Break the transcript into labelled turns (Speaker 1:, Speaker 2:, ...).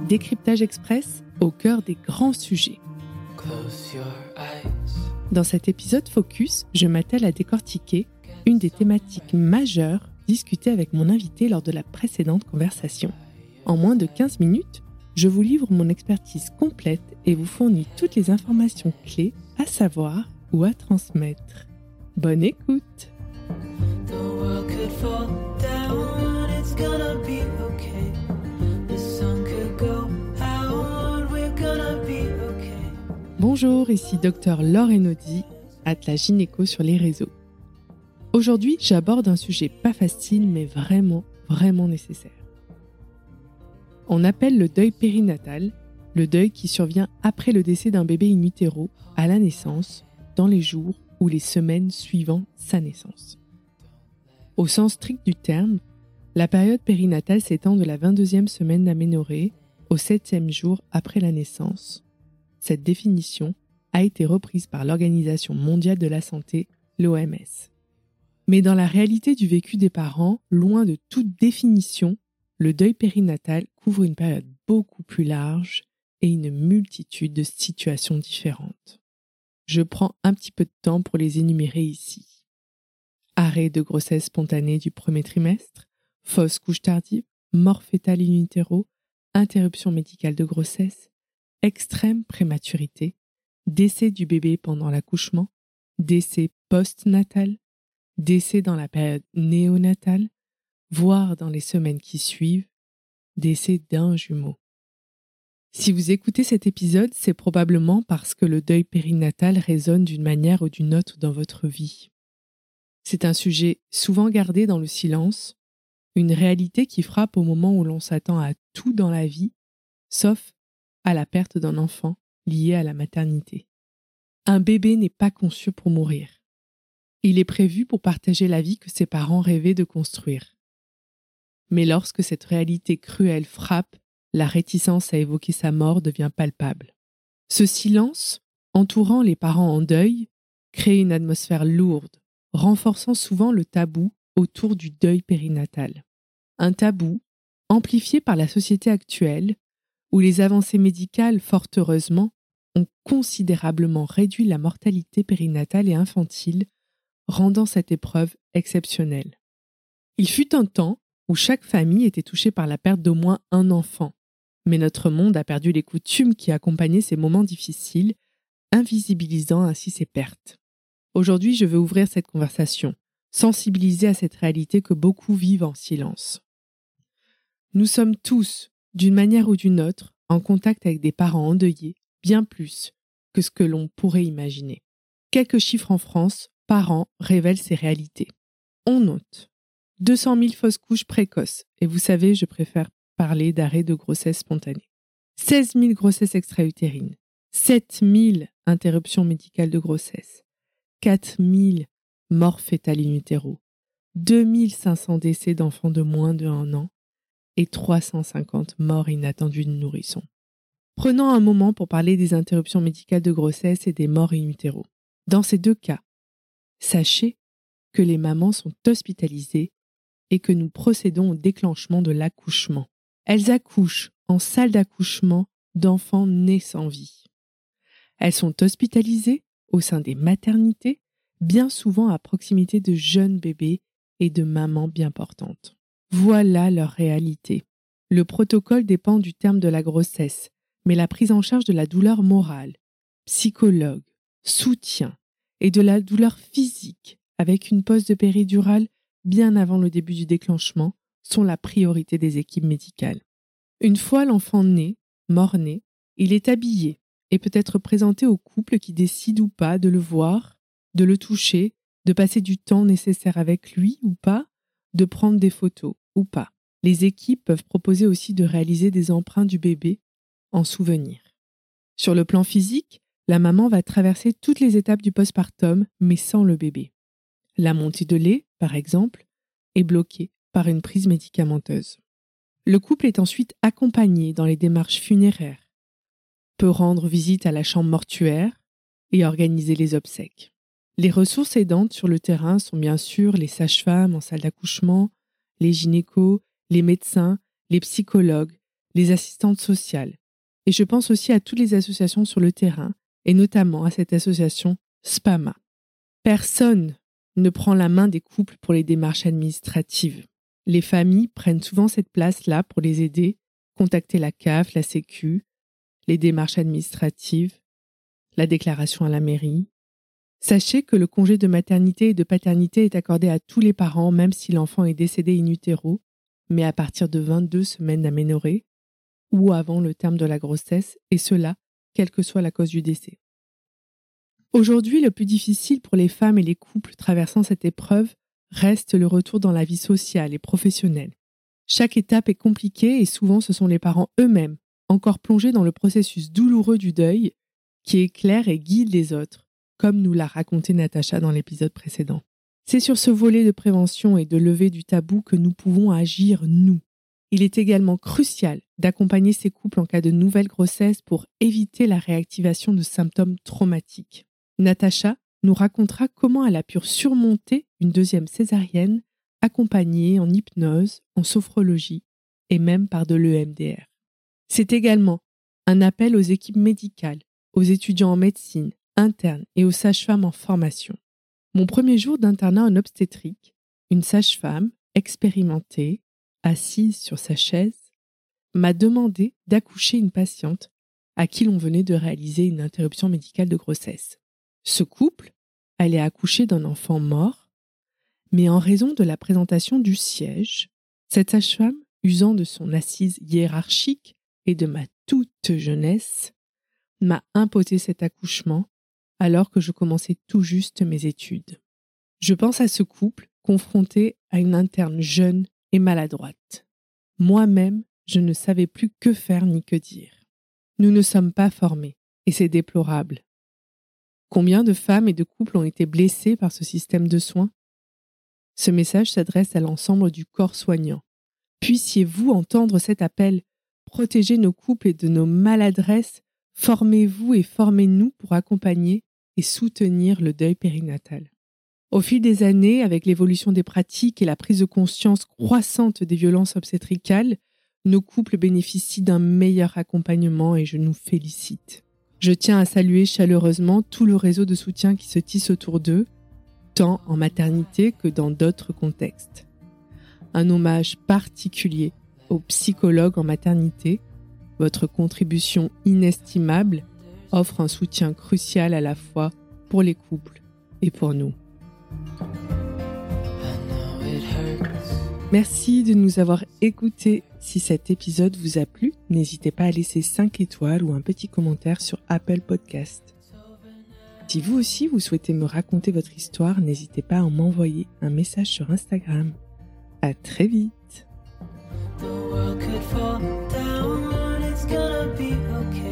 Speaker 1: Décryptage Express au cœur des grands sujets. Dans cet épisode Focus, je m'attelle à décortiquer une des thématiques majeures discutées avec mon invité lors de la précédente conversation. En moins de 15 minutes, je vous livre mon expertise complète et vous fournis toutes les informations clés à savoir ou à transmettre. Bonne écoute! Bonjour, ici Dr Laure Enodi, la gynéco sur les réseaux. Aujourd'hui, j'aborde un sujet pas facile mais vraiment nécessaire. On appelle le deuil périnatal, le deuil qui survient après le décès d'un bébé in utero à la naissance, dans les jours ou les semaines suivant sa naissance. Au sens strict du terme, la période périnatale s'étend de la 22e semaine d'aménorrhée au 7e jour après la naissance. Cette définition a été reprise par l'Organisation mondiale de la santé, l'OMS. Mais dans la réalité du vécu des parents, loin de toute définition, le deuil périnatal couvre une période beaucoup plus large et une multitude de situations différentes. Je prends un petit peu de temps pour les énumérer ici. Arrêt de grossesse spontanée du premier trimestre, fausse couche tardive, mort fœtale in utero, interruption médicale de grossesse, extrême prématurité, décès du bébé pendant l'accouchement, décès post-natal, décès dans la période néonatale, voire dans les semaines qui suivent, décès d'un jumeau. Si vous écoutez cet épisode, c'est probablement parce que le deuil périnatal résonne d'une manière ou d'une autre dans votre vie. C'est un sujet souvent gardé dans le silence, une réalité qui frappe au moment où l'on s'attend à tout dans la vie, sauf à la perte d'un enfant liée à la maternité. Un bébé n'est pas conçu pour mourir. Il est prévu pour partager la vie que ses parents rêvaient de construire. Mais lorsque cette réalité cruelle frappe, la réticence à évoquer sa mort devient palpable. Ce silence, entourant les parents en deuil, crée une atmosphère lourde, renforçant souvent le tabou autour du deuil périnatal. Un tabou amplifié par la société actuelle, où les avancées médicales, fort heureusement, ont considérablement réduit la mortalité périnatale et infantile, rendant cette épreuve exceptionnelle. Il fut un temps où chaque famille était touchée par la perte d'au moins un enfant, mais notre monde a perdu les coutumes qui accompagnaient ces moments difficiles, invisibilisant ainsi ces pertes. Aujourd'hui, je veux ouvrir cette conversation, sensibiliser à cette réalité que beaucoup vivent en silence. Nous sommes tous, d'une manière ou d'une autre, en contact avec des parents endeuillés, bien plus que ce que l'on pourrait imaginer. Quelques chiffres en France, par an, révèlent ces réalités. On note 200 000 fausses couches précoces, et vous savez, je préfère parler d'arrêt de grossesse spontanée. 16 000 grossesses extra-utérines, 7 000 interruptions médicales de grossesse, 4 000 morts fœtales in utero, 2 500 décès d'enfants de moins de 1 an, et 350 morts inattendues de nourrissons. Prenons un moment pour parler des interruptions médicales de grossesse et des morts in utero. Dans ces deux cas, sachez que les mamans sont hospitalisées et que nous procédons au déclenchement de l'accouchement. Elles accouchent en salle d'accouchement d'enfants nés sans vie. Elles sont hospitalisées au sein des maternités, bien souvent à proximité de jeunes bébés et de mamans bien portantes. Voilà leur réalité. Le protocole dépend du terme de la grossesse, mais la prise en charge de la douleur morale, psychologue, soutien et de la douleur physique avec une pause de péridurale bien avant le début du déclenchement sont la priorité des équipes médicales. Une fois l'enfant né, mort-né, il est habillé et peut être présenté au couple qui décide ou pas de le voir, de le toucher, de passer du temps nécessaire avec lui ou pas, de prendre des photos ou pas. Les équipes peuvent proposer aussi de réaliser des empreintes du bébé en souvenir. Sur le plan physique, la maman va traverser toutes les étapes du postpartum, mais sans le bébé. La montée de lait, par exemple, est bloquée par une prise médicamenteuse. Le couple est ensuite accompagné dans les démarches funéraires, peut rendre visite à la chambre mortuaire et organiser les obsèques. Les ressources aidantes sur le terrain sont bien sûr les sages-femmes en salle d'accouchement, les gynécos, les médecins, les psychologues, les assistantes sociales. Et je pense aussi à toutes les associations sur le terrain, et notamment à cette association SPAMA. Personne ne prend la main des couples pour les démarches administratives. Les familles prennent souvent cette place-là pour les aider, contacter la CAF, la Sécu, les démarches administratives, la déclaration à la mairie. Sachez que le congé de maternité et de paternité est accordé à tous les parents, même si l'enfant est décédé in utero, mais à partir de 22 semaines d'aménorrhée ou avant le terme de la grossesse, et cela, quelle que soit la cause du décès. Aujourd'hui, le plus difficile pour les femmes et les couples traversant cette épreuve reste le retour dans la vie sociale et professionnelle. Chaque étape est compliquée et souvent ce sont les parents eux-mêmes, encore plongés dans le processus douloureux du deuil, qui éclairent et guident les autres, comme nous l'a raconté Natacha dans l'épisode précédent. C'est sur ce volet de prévention et de levée du tabou que nous pouvons agir, nous. Il est également crucial d'accompagner ces couples en cas de nouvelle grossesse pour éviter la réactivation de symptômes traumatiques. Natacha nous racontera comment elle a pu surmonter une deuxième césarienne accompagnée en hypnose, en sophrologie et même par de l'EMDR. C'est également un appel aux équipes médicales, aux étudiants en médecine, internes et aux sages-femmes en formation. Mon premier jour d'internat en obstétrique, une sage-femme expérimentée, assise sur sa chaise, m'a demandé d'accoucher une patiente à qui l'on venait de réaliser une interruption médicale de grossesse. Ce couple allait accoucher d'un enfant mort, mais en raison de la présentation du siège, cette sage-femme, usant de son assise hiérarchique et de ma toute jeunesse, m'a imposé cet accouchement alors que je commençais tout juste mes études. Je pense à ce couple confronté à une interne jeune et maladroite. Moi-même, je ne savais plus que faire ni que dire. Nous ne sommes pas formés, et c'est déplorable. Combien de femmes et de couples ont été blessés par ce système de soins ? Ce message s'adresse à l'ensemble du corps soignant. Puissiez-vous entendre cet appel, protéger nos couples et de nos maladresses, formez-vous et formez-nous pour accompagner et soutenir le deuil périnatal. Au fil des années, avec l'évolution des pratiques et la prise de conscience croissante des violences obstétricales, nos couples bénéficient d'un meilleur accompagnement et je nous félicite. Je tiens à saluer chaleureusement tout le réseau de soutien qui se tisse autour d'eux, tant en maternité que dans d'autres contextes. Un hommage particulier aux psychologues en maternité. Votre contribution inestimable offre un soutien crucial à la fois pour les couples et pour nous. Merci de nous avoir écoutés. Si cet épisode vous a plu, n'hésitez pas à laisser 5 étoiles ou un petit commentaire sur Apple Podcast. Si vous aussi vous souhaitez me raconter votre histoire, n'hésitez pas à m'envoyer un message sur Instagram. À très vite. The world could fall down, it's gonna be okay.